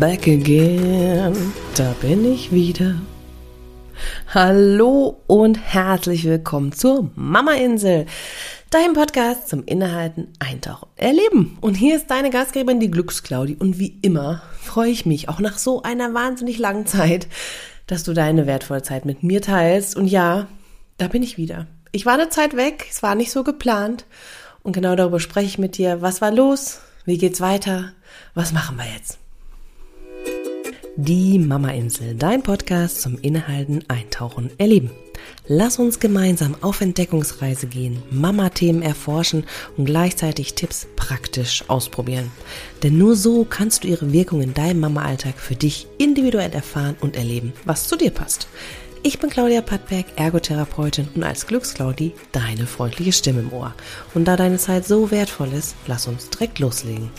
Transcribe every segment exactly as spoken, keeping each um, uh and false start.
back again. Da bin ich wieder. Hallo und herzlich willkommen zur Mama-Insel, dein Podcast zum Innehalten, Eintauchen, Erleben. Und hier ist deine Gastgeberin, die Glücksclaudi. Und wie immer freue ich mich, auch nach so einer wahnsinnig langen Zeit, dass du deine wertvolle Zeit mit mir teilst. Und ja, da bin ich wieder. Ich war eine Zeit weg, es war nicht so geplant. Und genau darüber spreche ich mit dir. Was war los? Wie geht's weiter? Was machen wir jetzt? Die Mama-Insel, dein Podcast zum Innehalten, Eintauchen, Erleben. Lass uns gemeinsam auf Entdeckungsreise gehen, Mama-Themen erforschen und gleichzeitig Tipps praktisch ausprobieren. Denn nur so kannst du ihre Wirkung in deinem Mama-Alltag für dich individuell erfahren und erleben, was zu dir passt. Ich bin Claudia Pattberg, Ergotherapeutin und als Glücksclaudi deine freundliche Stimme im Ohr. Und da deine Zeit so wertvoll ist, lass uns direkt loslegen.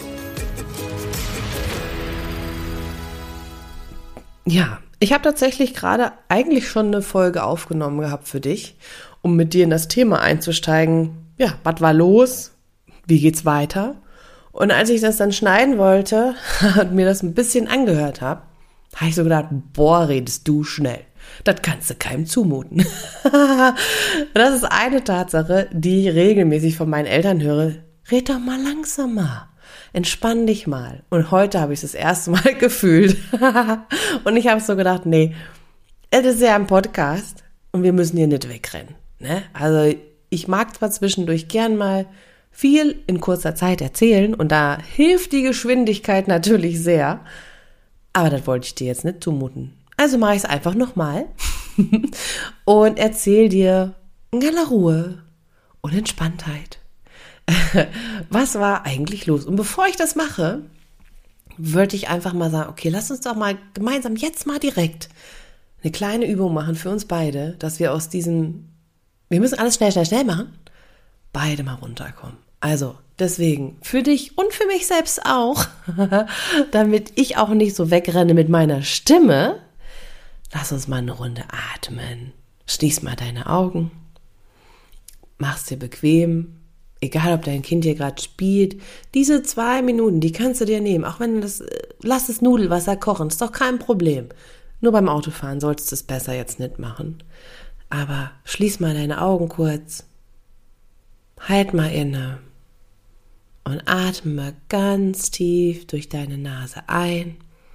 Ja, ich habe tatsächlich gerade eigentlich schon eine Folge aufgenommen gehabt für dich, um mit dir in das Thema einzusteigen. Ja, was war los? Wie geht's weiter? Und als ich das dann schneiden wollte und mir das ein bisschen angehört habe, habe ich so gedacht, boah, redest du schnell. Das kannst du keinem zumuten. Das ist eine Tatsache, die ich regelmäßig von meinen Eltern höre. Red doch mal langsamer. Entspann dich mal. Und heute habe ich es das erste Mal gefühlt. Und ich habe so gedacht, nee, es ist ja ein Podcast und wir müssen hier nicht wegrennen. Ne? Also ich mag zwar zwischendurch gern mal viel in kurzer Zeit erzählen und da hilft die Geschwindigkeit natürlich sehr, aber das wollte ich dir jetzt nicht zumuten. Also mache ich es einfach nochmal und erzähle dir in aller Ruhe und Entspanntheit. Was war eigentlich los? Und bevor ich das mache, würde ich einfach mal sagen, okay, lass uns doch mal gemeinsam jetzt mal direkt eine kleine Übung machen für uns beide, dass wir aus diesem, wir müssen alles schnell, schnell, schnell machen, beide mal runterkommen. Also deswegen für dich und für mich selbst auch, damit ich auch nicht so wegrenne mit meiner Stimme, lass uns mal eine Runde atmen. Schließ mal deine Augen, mach's dir bequem. Egal, ob dein Kind hier gerade spielt, diese zwei Minuten, die kannst du dir nehmen. Auch wenn das, lass das Nudelwasser kochen, ist doch kein Problem. Nur beim Autofahren solltest du es besser jetzt nicht machen. Aber schließ mal deine Augen kurz, halt mal inne und atme mal ganz tief durch deine Nase ein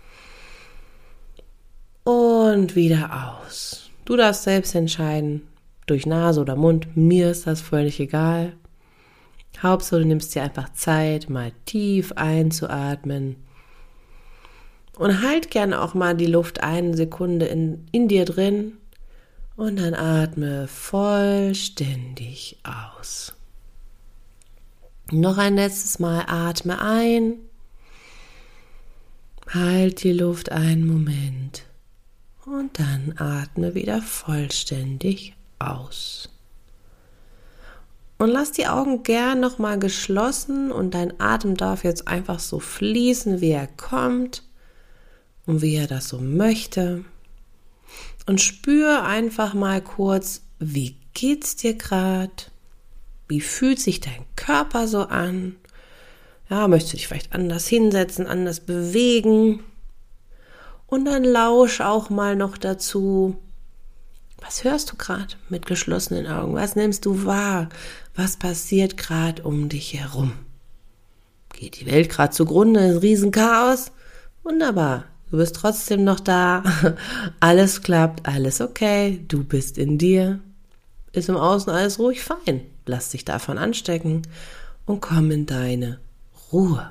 und wieder aus. Du darfst selbst entscheiden, durch Nase oder Mund, mir ist das völlig egal. Hauptsache, du nimmst dir einfach Zeit, mal tief einzuatmen und halt gerne auch mal die Luft eine Sekunde in, in dir drin und dann atme vollständig aus. Noch ein letztes Mal atme ein, halt die Luft einen Moment und dann atme wieder vollständig aus. Und lass die Augen gern nochmal geschlossen und dein Atem darf jetzt einfach so fließen, wie er kommt und wie er das so möchte. Und spür einfach mal kurz, wie geht's dir gerade? Wie fühlt sich dein Körper so an? Ja, möchtest du dich vielleicht anders hinsetzen, anders bewegen? Und dann lausch auch mal noch dazu. Was hörst du gerade mit geschlossenen Augen? Was nimmst du wahr? Was passiert gerade um dich herum? Geht die Welt gerade zugrunde? Ein Riesenchaos? Wunderbar, du bist trotzdem noch da. Alles klappt, alles okay. Du bist in dir. Ist im Außen alles ruhig fein. Lass dich davon anstecken und komm in deine Ruhe.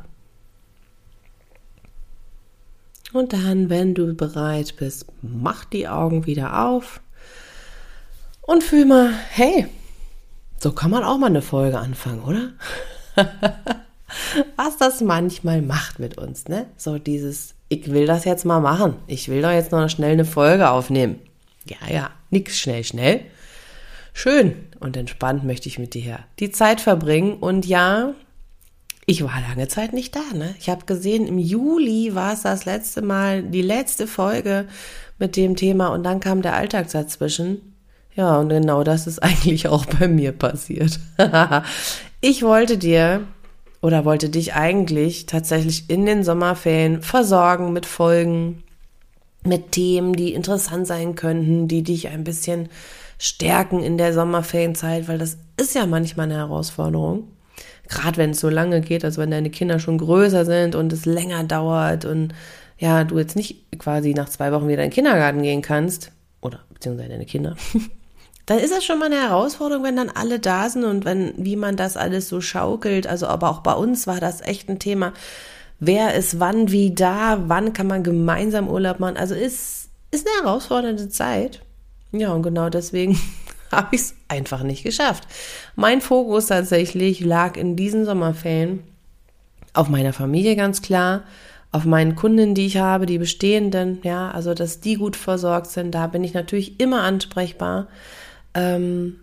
Und dann, wenn du bereit bist, mach die Augen wieder auf. Und fühl mal, hey, so kann man auch mal eine Folge anfangen, oder? Was das manchmal macht mit uns, ne? So dieses, ich will das jetzt mal machen. Ich will doch jetzt noch schnell eine Folge aufnehmen. Ja, ja, nix schnell, schnell. Schön und entspannt möchte ich mit dir die Zeit verbringen. Und ja, ich war lange Zeit nicht da, ne? Ich habe gesehen, im Juli war es das letzte Mal, die letzte Folge mit dem Thema und dann kam der Alltag dazwischen. Ja, und genau das ist eigentlich auch bei mir passiert. Ich wollte dir oder wollte dich eigentlich tatsächlich in den Sommerferien versorgen mit Folgen, mit Themen, die interessant sein könnten, die dich ein bisschen stärken in der Sommerferienzeit, weil das ist ja manchmal eine Herausforderung. Gerade wenn es so lange geht, also wenn deine Kinder schon größer sind und es länger dauert und ja, du jetzt nicht quasi nach zwei Wochen wieder in den Kindergarten gehen kannst, oder beziehungsweise deine Kinder, dann ist das schon mal eine Herausforderung, wenn dann alle da sind und wenn, wie man das alles so schaukelt. Also aber auch bei uns war das echt ein Thema. Wer ist wann wie da? Wann kann man gemeinsam Urlaub machen? Also ist, ist eine herausfordernde Zeit. Ja, und genau deswegen habe ich es einfach nicht geschafft. Mein Fokus tatsächlich lag in diesen Sommerferien auf meiner Familie ganz klar, auf meinen Kunden, die ich habe, die bestehenden, ja, also dass die gut versorgt sind, da bin ich natürlich immer ansprechbar. Ähm,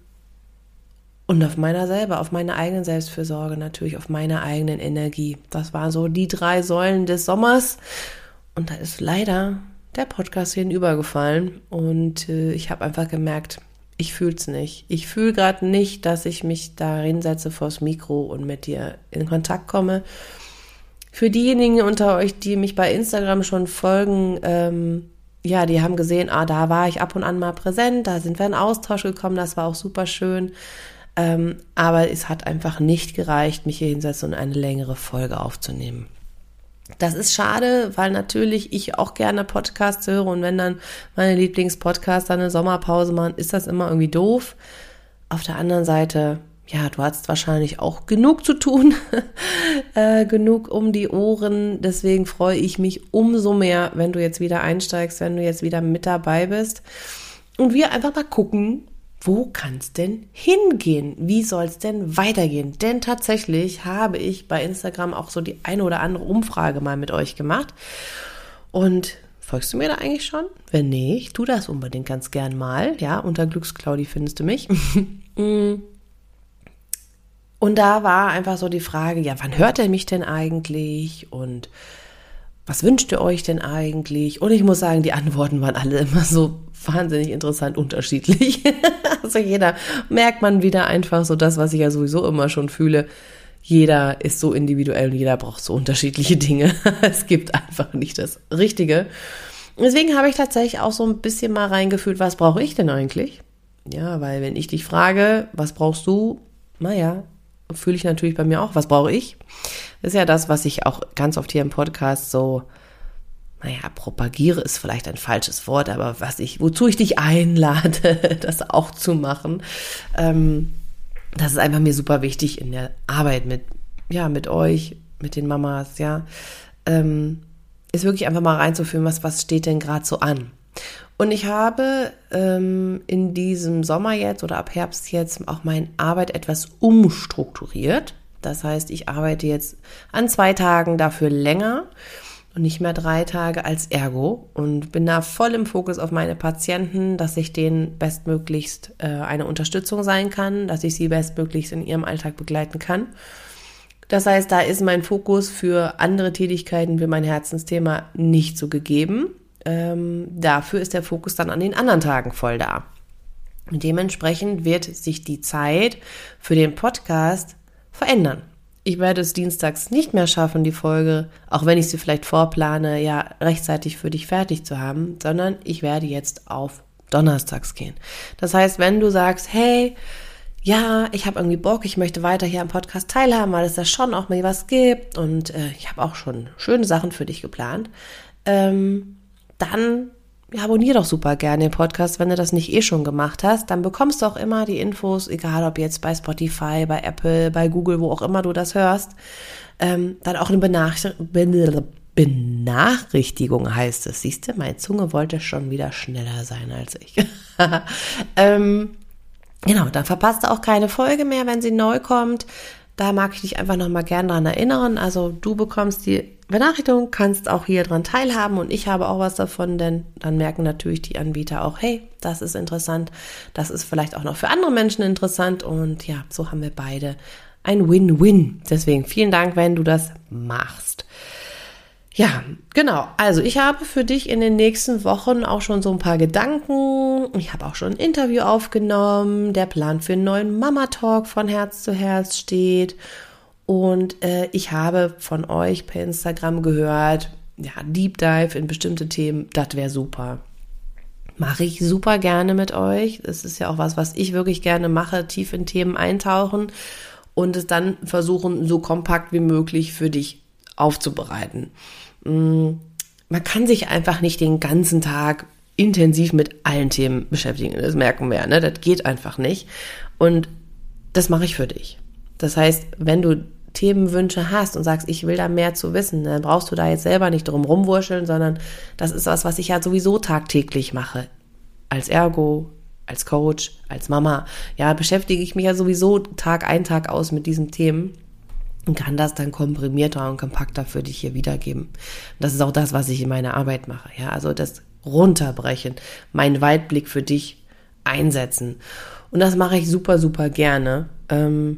und auf meiner selber, auf meine eigenen Selbstfürsorge natürlich, auf meine eigenen Energie. Das waren so die drei Säulen des Sommers. Und da ist leider der Podcast hinübergefallen. Und äh, ich habe einfach gemerkt, ich fühle es nicht. Ich fühle gerade nicht, dass ich mich da hinsetze vors Mikro und mit dir in Kontakt komme. Für diejenigen unter euch, die mich bei Instagram schon folgen, ähm, ja, die haben gesehen, ah, da war ich ab und an mal präsent, da sind wir in Austausch gekommen, das war auch super schön. Ähm, aber es hat einfach nicht gereicht, mich hier hinsetzen und eine längere Folge aufzunehmen. Das ist schade, weil natürlich ich auch gerne Podcasts höre und wenn dann meine Lieblingspodcaster eine Sommerpause machen, ist das immer irgendwie doof. Auf der anderen Seite, ja, du hast wahrscheinlich auch genug zu tun, äh, genug um die Ohren. Deswegen freue ich mich umso mehr, wenn du jetzt wieder einsteigst, wenn du jetzt wieder mit dabei bist. Und wir einfach mal gucken, wo kann es denn hingehen? Wie soll es denn weitergehen? Denn tatsächlich habe ich bei Instagram auch so die eine oder andere Umfrage mal mit euch gemacht. Und folgst du mir da eigentlich schon? Wenn nicht, tu das unbedingt ganz gern mal. Ja, unter Glücksclaudi findest du mich. Und da war einfach so die Frage, ja, wann hört ihr mich denn eigentlich und was wünscht ihr euch denn eigentlich? Und ich muss sagen, die Antworten waren alle immer so wahnsinnig interessant unterschiedlich. Also jeder merkt man wieder einfach so das, was ich ja sowieso immer schon fühle. Jeder ist so individuell und jeder braucht so unterschiedliche Dinge. Es gibt einfach nicht das Richtige. Deswegen habe ich tatsächlich auch so ein bisschen mal reingefühlt, was brauche ich denn eigentlich? Ja, weil wenn ich dich frage, was brauchst du? Naja, fühle ich natürlich bei mir auch, was brauche ich? Das ist ja das, was ich auch ganz oft hier im Podcast so, naja, propagiere ist vielleicht ein falsches Wort, aber was ich, wozu ich dich einlade, das auch zu machen, ähm, das ist einfach mir super wichtig in der Arbeit mit, ja, mit euch, mit den Mamas, ja, ähm, ist wirklich einfach mal reinzuführen, was, was steht denn gerade so an? Und ich habe ähm, in diesem Sommer jetzt oder ab Herbst jetzt auch meine Arbeit etwas umstrukturiert. Das heißt, ich arbeite jetzt an zwei Tagen dafür länger und nicht mehr drei Tage als Ergo und bin da voll im Fokus auf meine Patienten, dass ich denen bestmöglichst äh, eine Unterstützung sein kann, dass ich sie bestmöglichst in ihrem Alltag begleiten kann. Das heißt, da ist mein Fokus für andere Tätigkeiten, für mein Herzensthema nicht so gegeben. Ähm, dafür ist der Fokus dann an den anderen Tagen voll da. Und dementsprechend wird sich die Zeit für den Podcast verändern. Ich werde es dienstags nicht mehr schaffen, die Folge, auch wenn ich sie vielleicht vorplane, ja, rechtzeitig für dich fertig zu haben, sondern ich werde jetzt auf donnerstags gehen. Das heißt, wenn du sagst, hey, ja, ich habe irgendwie Bock, ich möchte weiter hier am Podcast teilhaben, weil es da schon auch mal was gibt und äh, ich habe auch schon schöne Sachen für dich geplant, ähm, dann ja, abonnier doch super gerne den Podcast, wenn du das nicht eh schon gemacht hast. Dann bekommst du auch immer die Infos, egal ob jetzt bei Spotify, bei Apple, bei Google, wo auch immer du das hörst. Ähm, dann auch eine Benach- Ben- Benachrichtigung heißt es. Siehst du, meine Zunge wollte schon wieder schneller sein als ich. ähm, genau, dann verpasst du auch keine Folge mehr, wenn sie neu kommt. Da mag ich dich einfach nochmal gern dran erinnern. Also du bekommst die Benachrichtigung, kannst auch hier dran teilhaben und ich habe auch was davon, denn dann merken natürlich die Anbieter auch, hey, das ist interessant, das ist vielleicht auch noch für andere Menschen interessant und ja, so haben wir beide ein Win-Win. Deswegen vielen Dank, wenn du das machst. Ja, genau. Also ich habe für dich in den nächsten Wochen auch schon so ein paar Gedanken. Ich habe auch schon ein Interview aufgenommen. Der Plan für einen neuen Mama-Talk von Herz zu Herz steht. Und äh, ich habe von euch per Instagram gehört, ja, Deep Dive in bestimmte Themen, das wäre super. Mache ich super gerne mit euch. Das ist ja auch was, was ich wirklich gerne mache, tief in Themen eintauchen und es dann versuchen, so kompakt wie möglich für dich aufzubereiten. Man kann sich einfach nicht den ganzen Tag intensiv mit allen Themen beschäftigen. Das merken wir, ne? Das geht einfach nicht. Und das mache ich für dich. Das heißt, wenn du Themenwünsche hast und sagst, ich will da mehr zu wissen, dann brauchst du da jetzt selber nicht drum rumwurscheln, sondern das ist was, was ich ja sowieso tagtäglich mache. Als Ergo, als Coach, als Mama. Ja, beschäftige ich mich ja sowieso Tag ein, Tag aus mit diesen Themen und kann das dann komprimierter und kompakter für dich hier wiedergeben. Und das ist auch das, was ich in meiner Arbeit mache. Ja, also das Runterbrechen, meinen Weitblick für dich einsetzen. Und das mache ich super, super gerne. Ähm,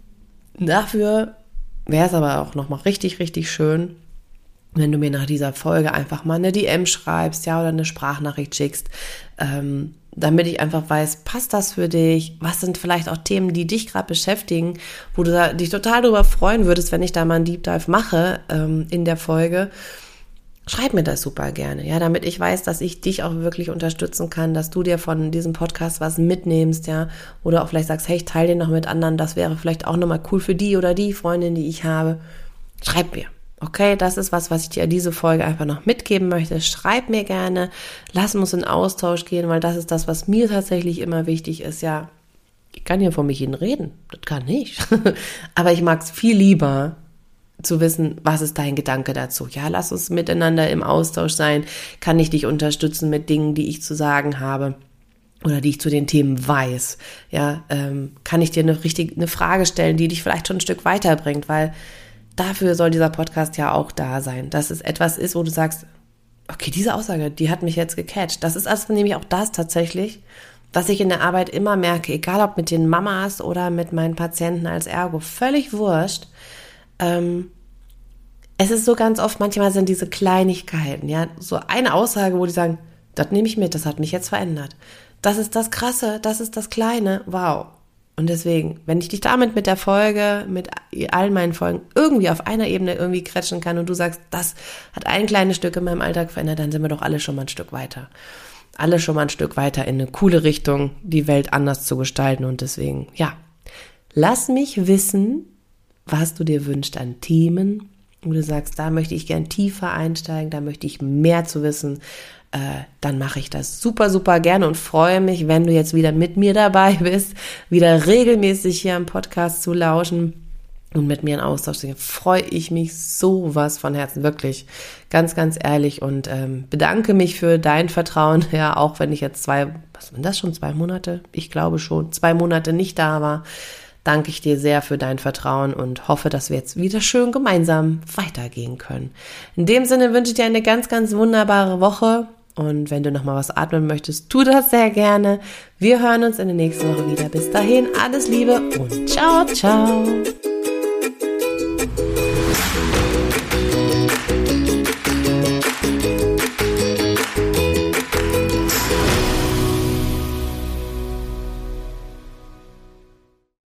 dafür wäre es aber auch nochmal richtig, richtig schön, wenn du mir nach dieser Folge einfach mal eine D M schreibst, ja, oder eine Sprachnachricht schickst, ähm, damit ich einfach weiß, passt das für dich? Was sind vielleicht auch Themen, die dich gerade beschäftigen, wo du da, dich total darüber freuen würdest, wenn ich da mal einen Deep Dive mache ähm, in der Folge? Schreib mir das super gerne, ja, damit ich weiß, dass ich dich auch wirklich unterstützen kann, dass du dir von diesem Podcast was mitnimmst, ja, oder auch vielleicht sagst, hey, ich teile den noch mit anderen, das wäre vielleicht auch nochmal cool für die oder die Freundin, die ich habe. Schreib mir, okay, das ist was, was ich dir diese Folge einfach noch mitgeben möchte. Schreib mir gerne, lass uns in Austausch gehen, weil das ist das, was mir tatsächlich immer wichtig ist, ja. Ich kann hier vor mich hin reden, das kann ich, aber ich mag es viel lieber, zu wissen, was ist dein Gedanke dazu? Ja, lass uns miteinander im Austausch sein. Kann ich dich unterstützen mit Dingen, die ich zu sagen habe oder die ich zu den Themen weiß? Ja, ähm, kann ich dir eine richtig eine Frage stellen, die dich vielleicht schon ein Stück weiterbringt, weil dafür soll dieser Podcast ja auch da sein, dass es etwas ist, wo du sagst, okay, diese Aussage, die hat mich jetzt gecatcht. Das ist also nämlich auch das tatsächlich, was ich in der Arbeit immer merke, egal ob mit den Mamas oder mit meinen Patienten als Ergo, völlig wurscht. Ähm, es ist so ganz oft, manchmal sind diese Kleinigkeiten, ja, so eine Aussage, wo die sagen, das nehme ich mit, das hat mich jetzt verändert. Das ist das Krasse, das ist das Kleine, wow. Und deswegen, wenn ich dich damit mit der Folge, mit allen meinen Folgen irgendwie auf einer Ebene irgendwie quetschen kann und du sagst, das hat ein kleines Stück in meinem Alltag verändert, dann sind wir doch alle schon mal ein Stück weiter. Alle schon mal ein Stück weiter in eine coole Richtung, die Welt anders zu gestalten und deswegen, ja, lass mich wissen, was du dir wünschst an Themen, wo du sagst, da möchte ich gern tiefer einsteigen, da möchte ich mehr zu wissen, äh, dann mache ich das super, super gerne und freue mich, wenn du jetzt wieder mit mir dabei bist, wieder regelmäßig hier am Podcast zu lauschen und mit mir in Austausch zu gehen. Freue ich mich sowas von Herzen, wirklich, ganz, ganz ehrlich und ähm, bedanke mich für dein Vertrauen, ja, auch wenn ich jetzt zwei, was sind das schon, zwei Monate? Ich glaube schon, zwei Monate nicht da war. Danke ich dir sehr für dein Vertrauen und hoffe, dass wir jetzt wieder schön gemeinsam weitergehen können. In dem Sinne wünsche ich dir eine ganz, ganz wunderbare Woche und wenn du nochmal was atmen möchtest, tu das sehr gerne. Wir hören uns in der nächsten Woche wieder. Bis dahin, alles Liebe und ciao, ciao.